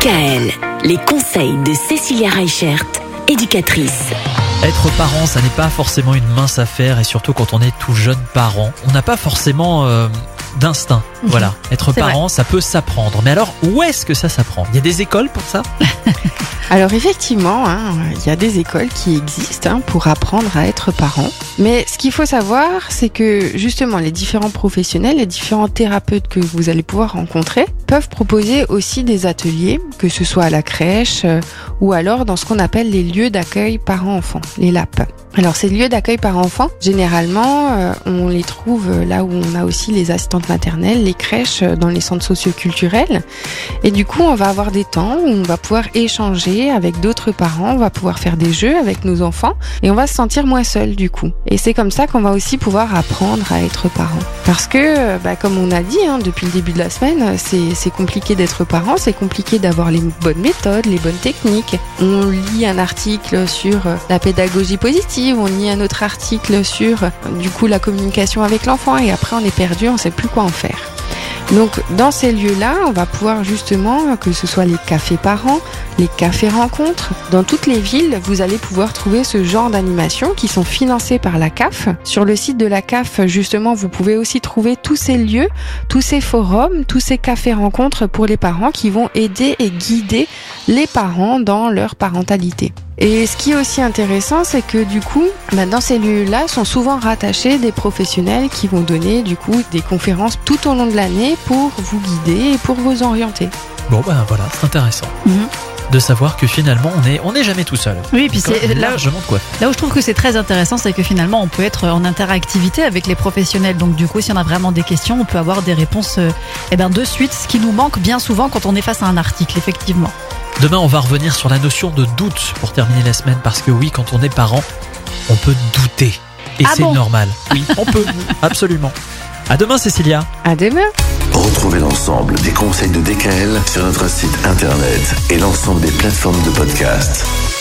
DKL, les conseils de Cécilia Reichert, éducatrice. Être parent, ça n'est pas forcément une mince affaire, et surtout quand on est tout jeune parent, on n'a pas forcément d'instinct. Voilà, être parent, ça peut s'apprendre. Mais alors, où est-ce que ça s'apprend ? Il y a des écoles pour ça ? Alors effectivement, il y a des écoles qui existent pour apprendre à être parent. Mais ce qu'il faut savoir, c'est que justement les différents professionnels, les différents thérapeutes que vous allez pouvoir rencontrer peuvent proposer aussi des ateliers, que ce soit à la crèche ou alors dans ce qu'on appelle les lieux d'accueil parents-enfants, les LAP. Alors ces lieux d'accueil parents-enfants, généralement, on les trouve là où on a aussi les assistantes maternelles, les crèches, dans les centres socioculturels. Et du coup, on va avoir des temps où on va pouvoir échanger avec d'autres parents, on va pouvoir faire des jeux avec nos enfants et on va se sentir moins seul du coup. Et c'est comme ça qu'on va aussi pouvoir apprendre à être parent. Parce que, comme on a dit depuis le début de la semaine, c'est compliqué d'être parent, c'est compliqué d'avoir les bonnes méthodes, les bonnes techniques. On lit un article sur la pédagogie positive, on lit un autre article sur du coup la communication avec l'enfant et après on est perdu, on sait plus quoi en faire. Donc dans ces lieux-là, on va pouvoir justement, que ce soit les cafés parents, les cafés rencontres, dans toutes les villes, vous allez pouvoir trouver ce genre d'animations qui sont financées par la CAF. Sur le site de la CAF, justement, vous pouvez aussi trouver tous ces lieux, tous ces forums, tous ces cafés rencontres pour les parents qui vont aider et guider les parents dans leur parentalité. Et ce qui est aussi intéressant, c'est que du coup, dans ces lieux-là sont souvent rattachés des professionnels qui vont donner du coup des conférences tout au long de l'année pour vous guider et pour vous orienter. Bon voilà, c'est intéressant. De savoir que finalement on n'est jamais tout seul. Oui, puis c'est largement de quoi. Là où je trouve que c'est très intéressant, c'est que finalement on peut être en interactivité avec les professionnels. Donc du coup, si on a vraiment des questions, on peut avoir des réponses de suite, ce qui nous manque bien souvent quand on est face à un article, effectivement. Demain, on va revenir sur la notion de doute pour terminer la semaine, parce que oui, quand on est parent, on peut douter. Et c'est normal. Oui, on peut, absolument. À demain, Cécilia. À demain. Retrouvez l'ensemble des conseils de DKL sur notre site internet et l'ensemble des plateformes de podcast.